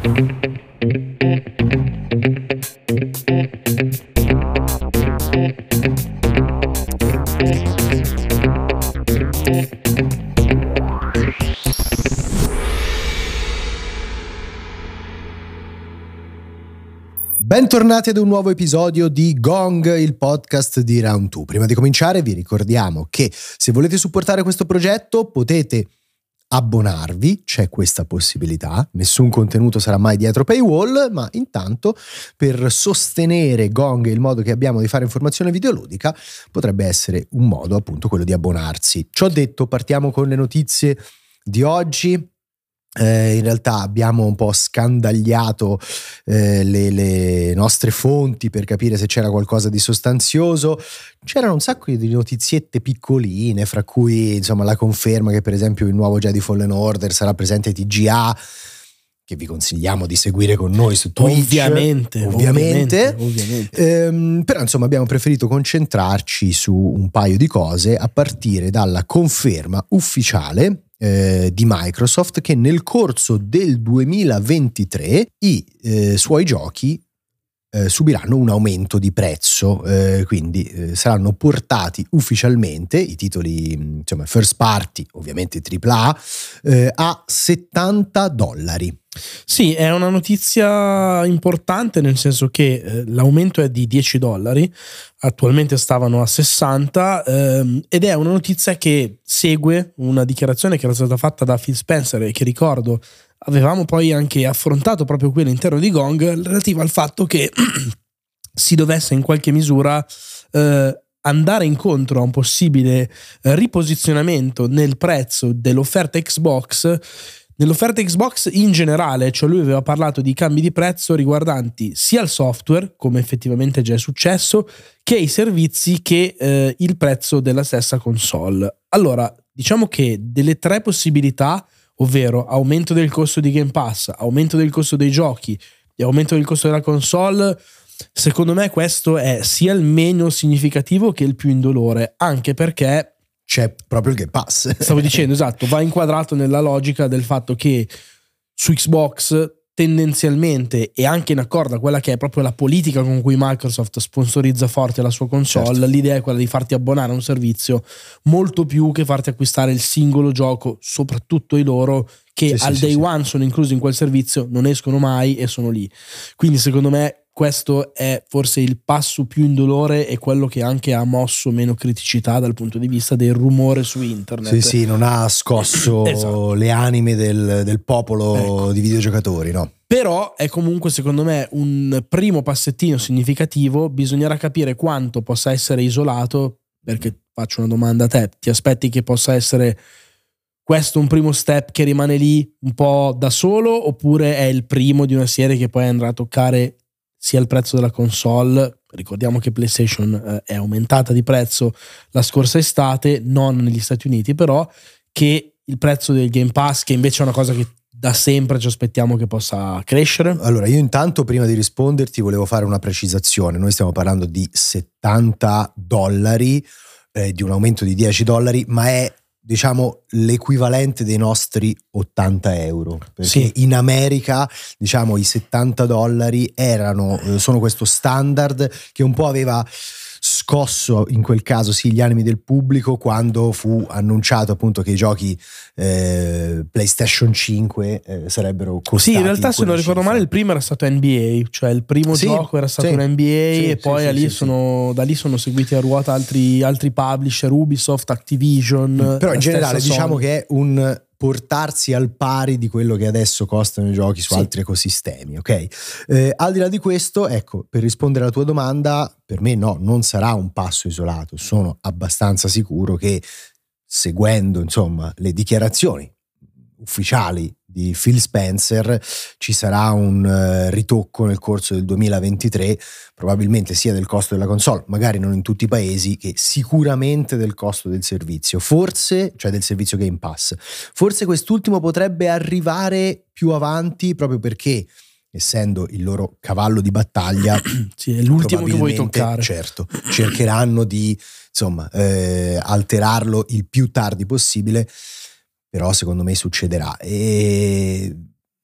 Bentornati ad un nuovo episodio di Gong, il podcast di Round 2. Prima di cominciare vi ricordiamo che se volete supportare questo progetto potete abbonarvi, c'è questa possibilità, nessun contenuto sarà mai dietro paywall, ma intanto per sostenere Gong e il modo che abbiamo di fare informazione videoludica potrebbe essere un modo appunto quello di abbonarsi. Ciò detto, partiamo con le notizie di oggi. In realtà abbiamo un po' scandagliato le nostre fonti per capire se c'era qualcosa di sostanzioso. C'erano un sacco di notiziette piccoline, fra cui insomma la conferma che per esempio il nuovo Jedi Fallen Order sarà presente ai TGA, che vi consigliamo di seguire con noi su Twitch. Ovviamente. Però insomma abbiamo preferito concentrarci su un paio di cose, a partire dalla conferma ufficiale di Microsoft che nel corso del 2023 i suoi giochi subiranno un aumento di prezzo, quindi saranno portati ufficialmente i titoli insomma first party, ovviamente AAA, a $70. Sì, è una notizia importante, nel senso che l'aumento è di $10, attualmente stavano a 60, ed è una notizia che segue una dichiarazione che era stata fatta da Phil Spencer e che, ricordo, avevamo poi anche affrontato proprio qui all'interno di Gong, relativa al fatto che si dovesse in qualche misura andare incontro a un possibile riposizionamento nel prezzo dell'offerta Xbox. Nell'offerta Xbox in generale, cioè lui aveva parlato di cambi di prezzo riguardanti sia il software, come effettivamente già è successo, che i servizi, che il prezzo della stessa console. Allora, diciamo che delle tre possibilità, ovvero aumento del costo di Game Pass, aumento del costo dei giochi e aumento del costo della console, secondo me questo è sia il meno significativo che il più indolore, anche perché c'è proprio il Game Pass. Stavo dicendo, esatto, va inquadrato nella logica del fatto che su Xbox tendenzialmente, e anche in accordo a quella che è proprio la politica con cui Microsoft sponsorizza forte la sua console, certo, l'idea è quella di farti abbonare a un servizio molto più che farti acquistare il singolo gioco, soprattutto i loro che al day one sono inclusi in quel servizio, non escono mai e sono lì. Quindi secondo me questo è forse il passo più indolore e quello che anche ha mosso meno criticità dal punto di vista del rumore su internet. Sì, non ha scosso esatto, le anime del popolo, ecco, di videogiocatori, no? Però è comunque secondo me un primo passettino significativo. Bisognerà capire quanto possa essere isolato, perché faccio una domanda a te: ti aspetti che possa essere questo un primo step che rimane lì un po' da solo, oppure è il primo di una serie che poi andrà a toccare sia il prezzo della console? Ricordiamo che PlayStation è aumentata di prezzo la scorsa estate, non negli Stati Uniti però, che il prezzo del Game Pass, che invece è una cosa che da sempre ci aspettiamo che possa crescere. Allora, io intanto prima di risponderti volevo fare una precisazione. Noi stiamo parlando di $70, di un aumento di $10, ma è, diciamo, l'equivalente dei nostri €80, perché sì, in America, diciamo, i $70 sono questo standard che un po' aveva scosso in quel caso sì gli animi del pubblico quando fu annunciato appunto che i giochi PlayStation 5 sarebbero costati. Sì, in realtà se non ricordo male il primo era stato NBA, cioè il primo gioco era stato un NBA, e poi da lì sono seguiti a ruota altri publisher, Ubisoft, Activision. Però in generale diciamo che è un portarsi al pari di quello che adesso costano i giochi su altri ecosistemi, ok? Al di là di questo, ecco, per rispondere alla tua domanda, per me no, non sarà un passo isolato. Sono abbastanza sicuro che, seguendo insomma le dichiarazioni ufficiali di Phil Spencer, ci sarà un ritocco nel corso del 2023, probabilmente sia del costo della console, magari non in tutti i paesi, che sicuramente del costo del servizio, forse, cioè del servizio Game Pass. Forse quest'ultimo potrebbe arrivare più avanti, proprio perché, essendo il loro cavallo di battaglia, sì, è l'ultimo che vuoi toccare. Certo, cercheranno di insomma alterarlo il più tardi possibile. Però secondo me succederà, e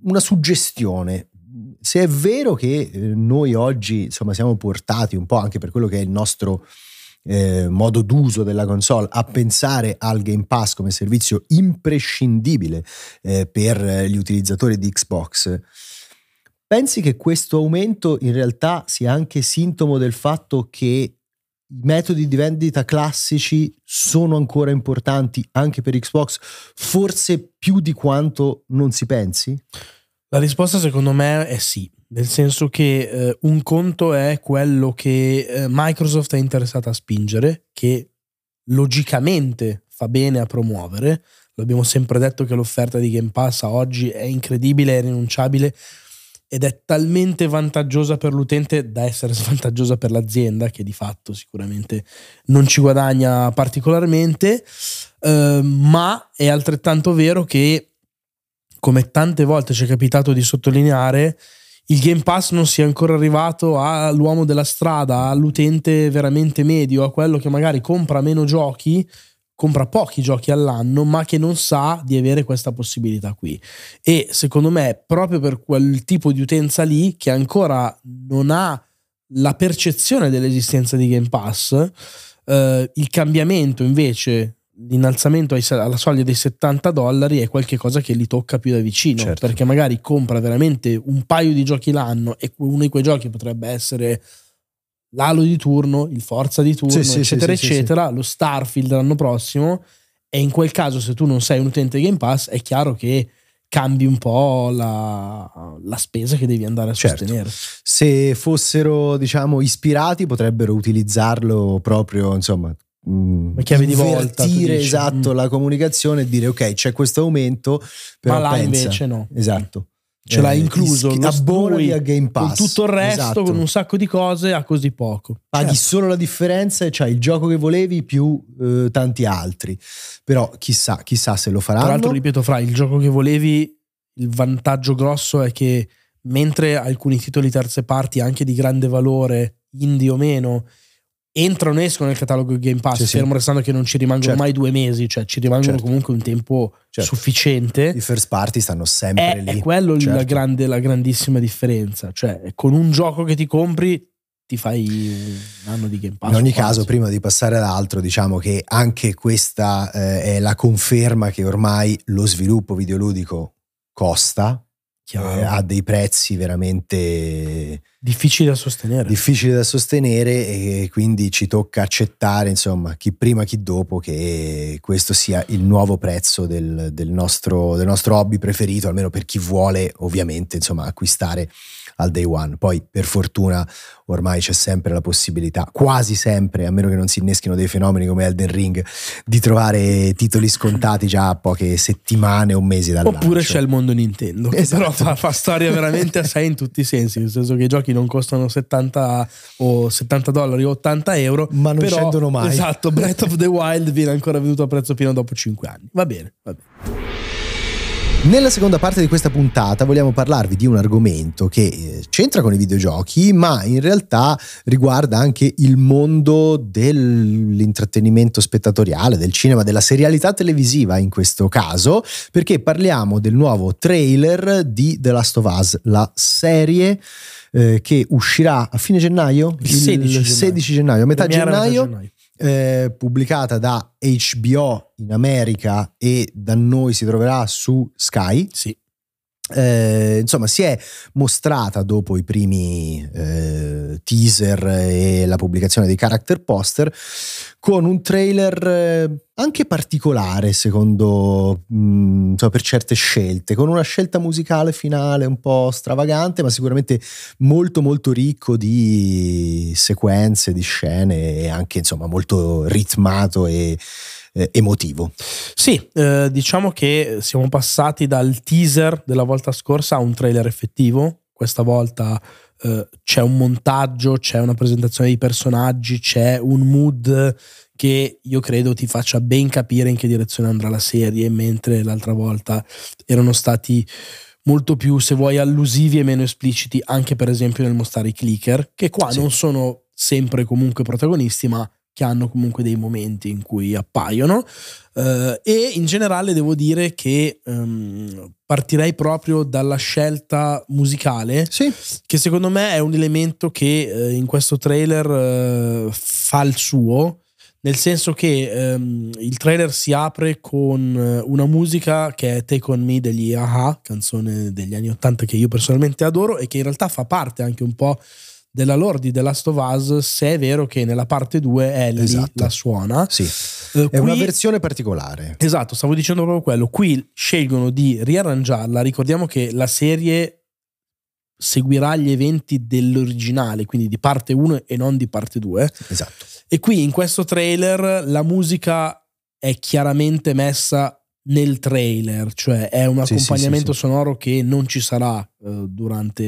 una suggestione. Se è vero che noi oggi insomma siamo portati un po', anche per quello che è il nostro modo d'uso della console, a pensare al Game Pass come servizio imprescindibile per gli utilizzatori di Xbox, pensi che questo aumento in realtà sia anche sintomo del fatto che i metodi di vendita classici sono ancora importanti anche per Xbox, forse più di quanto non si pensi? La risposta secondo me è sì, nel senso che un conto è quello che Microsoft è interessata a spingere, che logicamente fa bene a promuovere. L'abbiamo sempre detto che l'offerta di Game Pass a oggi è incredibile, è irrinunciabile ed è talmente vantaggiosa per l'utente da essere svantaggiosa per l'azienda, che di fatto sicuramente non ci guadagna particolarmente, ma è altrettanto vero che, come tante volte ci è capitato di sottolineare, il Game Pass non sia ancora arrivato all'uomo della strada, all'utente veramente medio, a quello che magari compra meno giochi, compra pochi giochi all'anno, ma che non sa di avere questa possibilità qui. E secondo me, proprio per quel tipo di utenza lì, che ancora non ha la percezione dell'esistenza di Game Pass, il cambiamento invece, l'innalzamento alla soglia dei $70 è qualcosa che li tocca più da vicino, certo. Perché magari compra veramente un paio di giochi l'anno e uno di quei giochi potrebbe essere l'Halo di turno, il Forza di turno, eccetera eccetera, lo Starfield l'anno prossimo, e in quel caso, se tu non sei un utente Game Pass, è chiaro che cambi un po' la spesa che devi andare a sostenere. Se fossero, diciamo, ispirati, potrebbero utilizzarlo proprio, insomma, chiave di volta, esatto, la comunicazione e dire ok, c'è questo aumento, però ma là invece no. Esatto. Ce l'ha incluso, abbonati a Game Pass, con tutto il resto, esatto, con un sacco di cose a così poco. Paghi solo la differenza e c'hai il gioco che volevi più tanti altri. Però chissà se lo faranno. Tra l'altro, ripeto, Fra, il gioco che volevi, il vantaggio grosso è che mentre alcuni titoli terze parti anche di grande valore, indie o meno, entrano e escono nel catalogo Game Pass, fermo restando che non ci rimangono mai 2 mesi, cioè ci rimangono comunque un tempo sufficiente. I first party stanno sempre lì. È quello la grandissima differenza, cioè con un gioco che ti compri ti fai un anno di Game Pass. In ogni caso, prima di passare ad altro, diciamo che anche questa è la conferma che ormai lo sviluppo videoludico costa, ha dei prezzi veramente difficili da sostenere, e quindi ci tocca accettare, insomma, chi prima chi dopo, che questo sia il nuovo prezzo del nostro hobby preferito, almeno per chi vuole ovviamente, insomma, acquistare al day one. Poi per fortuna ormai c'è sempre la possibilità, quasi sempre, a meno che non si inneschino dei fenomeni come Elden Ring, di trovare titoli scontati già a poche settimane o mesi dal oppure lancio. C'è il mondo Nintendo, esatto, però fa storia veramente a sé in tutti i sensi, nel senso che i giochi non costano $70 o €80, ma non scendono mai. Esatto, Breath of the Wild viene ancora venduto a prezzo pieno dopo 5 anni. Va bene. Nella seconda parte di questa puntata vogliamo parlarvi di un argomento che c'entra con i videogiochi, ma in realtà riguarda anche il mondo dell'intrattenimento spettatoriale, del cinema, della serialità televisiva in questo caso, perché parliamo del nuovo trailer di The Last of Us, la serie che uscirà a fine gennaio, il 16 gennaio, a metà gennaio. Pubblicata da HBO in America e da noi si troverà su Sky. Sì. Insomma, si è mostrata dopo i primi teaser e la pubblicazione dei character poster con un trailer anche particolare, secondo per certe scelte, con una scelta musicale finale un po' stravagante, ma sicuramente molto molto ricco di sequenze, di scene, e anche insomma molto ritmato e emotivo. Sì, diciamo che siamo passati dal teaser della volta scorsa a un trailer effettivo. Questa volta c'è un montaggio, c'è una presentazione di personaggi, c'è un mood che io credo ti faccia ben capire in che direzione andrà la serie, mentre l'altra volta erano stati molto più, se vuoi, allusivi e meno espliciti, anche per esempio nel mostrare i clicker, che qua non sono sempre comunque protagonisti, ma che hanno comunque dei momenti in cui appaiono, e in generale devo dire che partirei proprio dalla scelta musicale, Sì. che secondo me è un elemento che in questo trailer fa il suo, nel senso che il trailer si apre con una musica che è Take On Me degli A-ha, canzone degli anni 80 che io personalmente adoro e che in realtà fa parte anche un po' della lore di The Last of Us, se è vero che nella parte 2 Ellie la suona. Sì. È una versione particolare. Esatto, stavo dicendo proprio quello. Qui scelgono di riarrangiarla. Ricordiamo che la serie seguirà gli eventi dell'originale, quindi di parte 1 e non di parte 2. Esatto. E qui in questo trailer la musica è chiaramente messa nel trailer, cioè è un accompagnamento sonoro che non ci sarà durante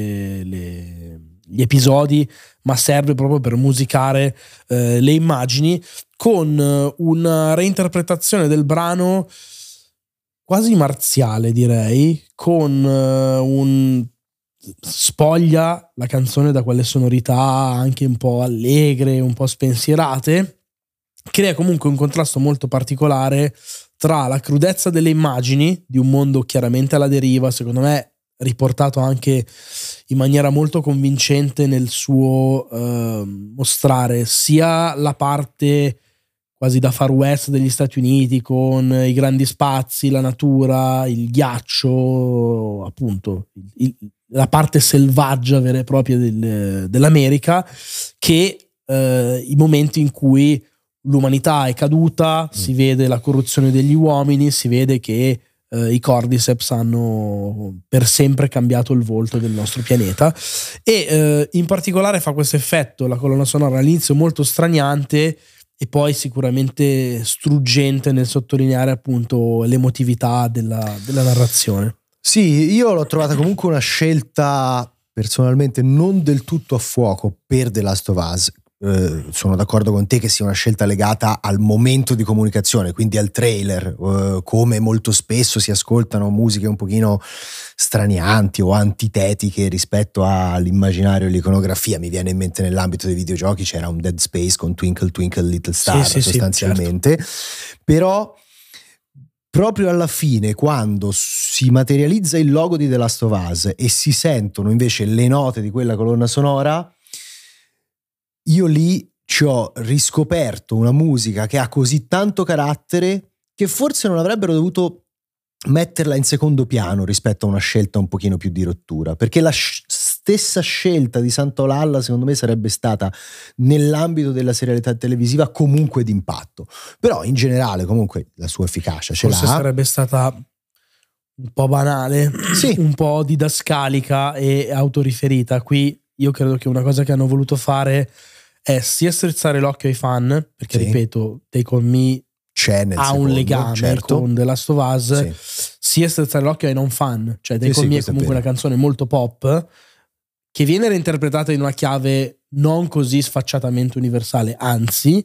gli episodi, ma serve proprio per musicare le immagini, con una reinterpretazione del brano quasi marziale, direi, con un spoglia la canzone da quelle sonorità anche un po' allegre, un po' spensierate, crea comunque un contrasto molto particolare tra la crudezza delle immagini di un mondo chiaramente alla deriva, secondo me riportato anche in maniera molto convincente nel suo mostrare sia la parte quasi da Far West degli Stati Uniti, con i grandi spazi, la natura, il ghiaccio, appunto la parte selvaggia vera e propria dell'America, che i momenti in cui l'umanità è caduta, si vede la corruzione degli uomini, si vede che i Cordyceps hanno per sempre cambiato il volto del nostro pianeta, e in particolare fa questo effetto la colonna sonora all'inizio molto straniante e poi sicuramente struggente nel sottolineare appunto l'emotività della narrazione. Sì, io l'ho trovata comunque una scelta personalmente non del tutto a fuoco per The Last of Us. Sono d'accordo con te che sia una scelta legata al momento di comunicazione, quindi al trailer, come molto spesso si ascoltano musiche un pochino stranianti o antitetiche rispetto all'immaginario e all'iconografia. Mi viene in mente nell'ambito dei videogiochi c'era un Dead Space con Twinkle Twinkle Little Star, sostanzialmente, certo. Però proprio alla fine, quando si materializza il logo di The Last of Us e si sentono invece le note di quella colonna sonora, io lì ci ho riscoperto una musica che ha così tanto carattere che forse non avrebbero dovuto metterla in secondo piano rispetto a una scelta un pochino più di rottura, perché la stessa scelta di Santaolalla secondo me sarebbe stata nell'ambito della serialità televisiva comunque d'impatto, però in generale comunque la sua efficacia ce l'ha. Forse sarebbe stata un po' banale, sì, un po' didascalica e autoriferita. Qui io credo che una cosa che hanno voluto fare è sia strizzare l'occhio ai fan, perché ripeto, Take On Me ha un legame con The Last of Us, sia strizzare l'occhio ai non fan, cioè Take On Me è comunque una canzone molto pop che viene reinterpretata in una chiave non così sfacciatamente universale, anzi,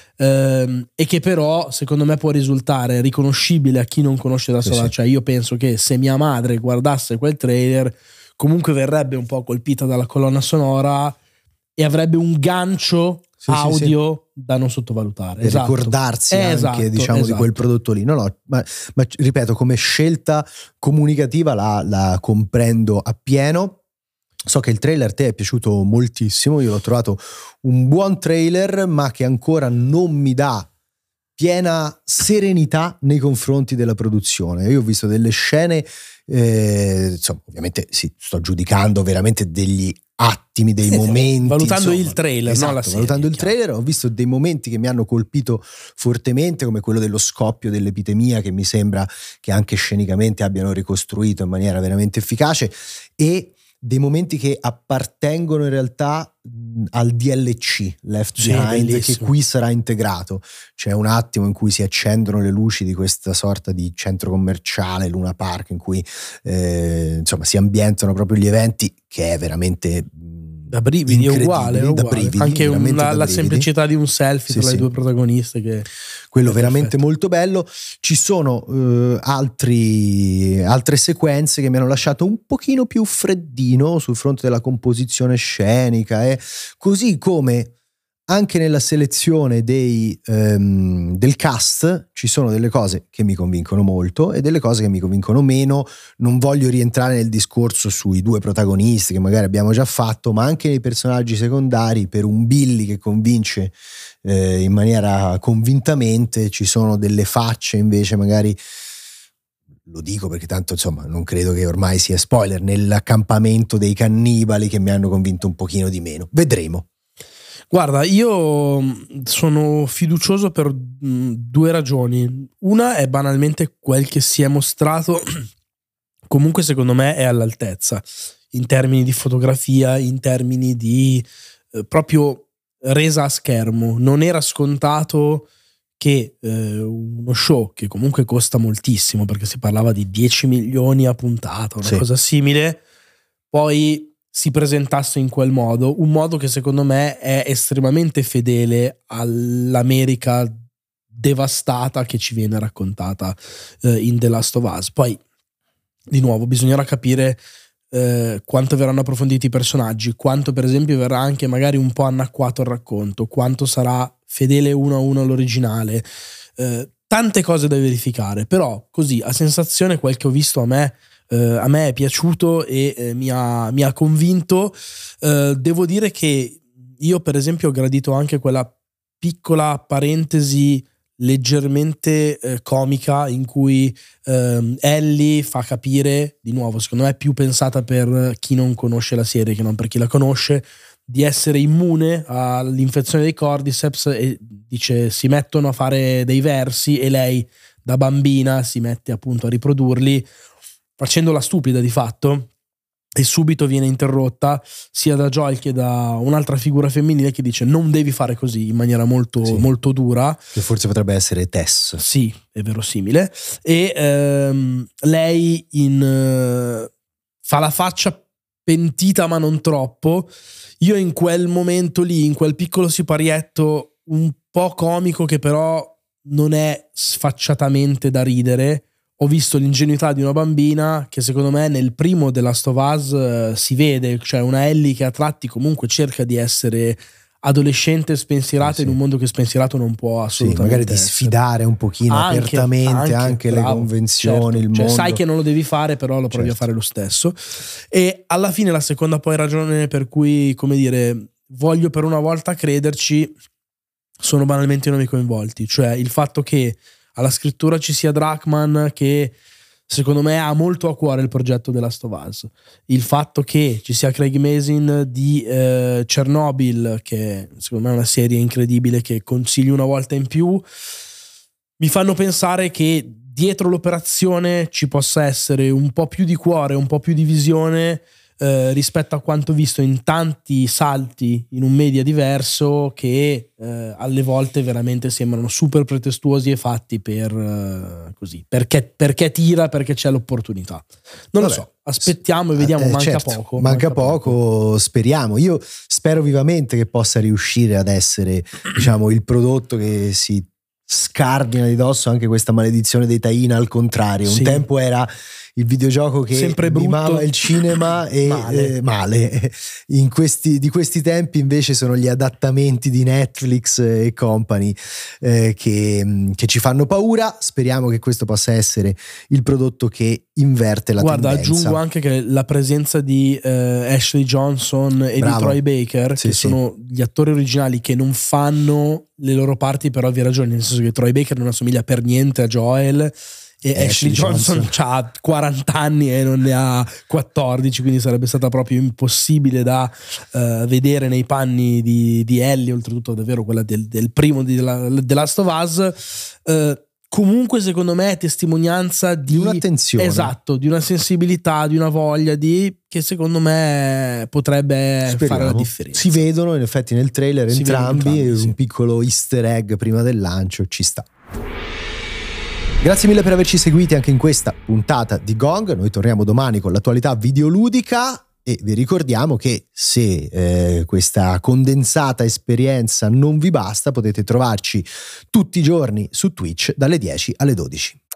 e che però secondo me può risultare riconoscibile a chi non conosce The Last of Us. Cioè io penso che se mia madre guardasse quel trailer comunque verrebbe un po' colpita dalla colonna sonora e avrebbe un gancio audio da non sottovalutare. Esatto. Ricordarsi anche di quel prodotto lì. No, ma ripeto, come scelta comunicativa la comprendo appieno. So che il trailer a te è piaciuto moltissimo, io l'ho trovato un buon trailer, ma che ancora non mi dà piena serenità nei confronti della produzione. Io ho visto delle scene, insomma, ovviamente sto giudicando veramente degli attimi, dei momenti, valutando il trailer, esatto, non la serie, valutando il trailer. Ho visto dei momenti che mi hanno colpito fortemente, come quello dello scoppio dell'epidemia, che mi sembra che anche scenicamente abbiano ricostruito in maniera veramente efficace, e dei momenti che appartengono in realtà al DLC Left Behind, che qui sarà integrato. C'è un attimo in cui si accendono le luci di questa sorta di centro commerciale, Luna Park, in cui insomma si ambientano proprio gli eventi, che è veramente da brividi, è uguale. Da brividi, anche la semplicità di un selfie tra le due protagoniste, che quello veramente molto bello. Ci sono altre sequenze che mi hanno lasciato un pochino più freddino sul fronte della composizione scenica, così come anche nella selezione del cast ci sono delle cose che mi convincono molto e delle cose che mi convincono meno. Non voglio rientrare nel discorso sui due protagonisti che magari abbiamo già fatto, ma anche nei personaggi secondari. Per un Billy che convince in maniera convintamente, ci sono delle facce invece, magari, lo dico perché tanto insomma non credo che ormai sia spoiler, nell'accampamento dei cannibali, che mi hanno convinto un pochino di meno. Vedremo. Guarda, io sono fiducioso per due ragioni. Una è banalmente quel che si è mostrato, comunque secondo me è all'altezza, in termini di fotografia, in termini di proprio resa a schermo. Non era scontato che uno show che comunque costa moltissimo, perché si parlava di 10 milioni a puntata, una cosa simile, poi si presentasse in quel modo, un modo che secondo me è estremamente fedele all'America devastata che ci viene raccontata in The Last of Us. Poi, di nuovo, bisognerà capire quanto verranno approfonditi i personaggi, quanto per esempio verrà anche magari un po' annacquato il racconto, quanto sarà fedele uno a uno all'originale. Tante cose da verificare, però così a sensazione quel che ho visto a me è piaciuto e mi ha convinto. Devo dire che io per esempio ho gradito anche quella piccola parentesi leggermente comica in cui Ellie fa capire, di nuovo secondo me è più pensata per chi non conosce la serie che non per chi la conosce, di essere immune all'infezione dei cordyceps, e dice si mettono a fare dei versi e lei da bambina si mette appunto a riprodurli facendola stupida di fatto, e subito viene interrotta sia da Joel che da un'altra figura femminile che dice non devi fare così, in maniera molto, molto dura, che forse potrebbe essere Tess. Sì, è verosimile. E lei fa la faccia pentita ma non troppo. Io in quel momento lì, in quel piccolo siparietto un po' comico che però non è sfacciatamente da ridere, ho visto l'ingenuità di una bambina che secondo me nel primo The Last of Us si vede, cioè una Ellie che a tratti comunque cerca di essere adolescente spensierata in un mondo che spensierato non può assolutamente magari di sfidare un pochino apertamente anche le convenzioni, il mondo. Sai che non lo devi fare, però lo provi a fare lo stesso. E alla fine la seconda poi ragione per cui, come dire, voglio per una volta crederci, sono banalmente i nomi coinvolti, cioè il fatto che alla scrittura ci sia Druckmann, che secondo me ha molto a cuore il progetto The Last of Us, il fatto che ci sia Craig Mazin di Chernobyl, che secondo me è una serie incredibile che consiglio una volta in più, mi fanno pensare che dietro l'operazione ci possa essere un po' più di cuore, un po' più di visione rispetto a quanto visto in tanti salti in un media diverso che alle volte veramente sembrano super pretestuosi e fatti per così, perché tira, perché c'è l'opportunità. Non lo so, aspettiamo e vediamo. Manca poco, speriamo. Io spero vivamente che possa riuscire ad essere, diciamo, il prodotto che si scardina di dosso anche questa maledizione dei tie-in al contrario. Un tempo era il videogioco che mimava il cinema e male. Di questi tempi invece sono gli adattamenti di Netflix e company che ci fanno paura. Speriamo che questo possa essere il prodotto che inverte la tendenza. Aggiungo anche che la presenza di Ashley Johnson e di Troy Baker, che sono gli attori originali che non fanno le loro parti per ovvie ragioni, nel senso che Troy Baker non assomiglia per niente a Joel e Ashley Johnson ha 40 anni e non ne ha 14, quindi sarebbe stata proprio impossibile da vedere nei panni di Ellie, oltretutto davvero quella del primo di The Last of Us. Comunque secondo me è testimonianza di un'attenzione, esatto, di una sensibilità, di una voglia che secondo me potrebbe fare la differenza. Si vedono in effetti nel trailer entrambi, un piccolo easter egg prima del lancio ci sta. Grazie mille per averci seguiti anche in questa puntata di Gong. Noi torniamo domani con l'attualità videoludica e vi ricordiamo che se questa condensata esperienza non vi basta, potete trovarci tutti i giorni su Twitch dalle 10 alle 12.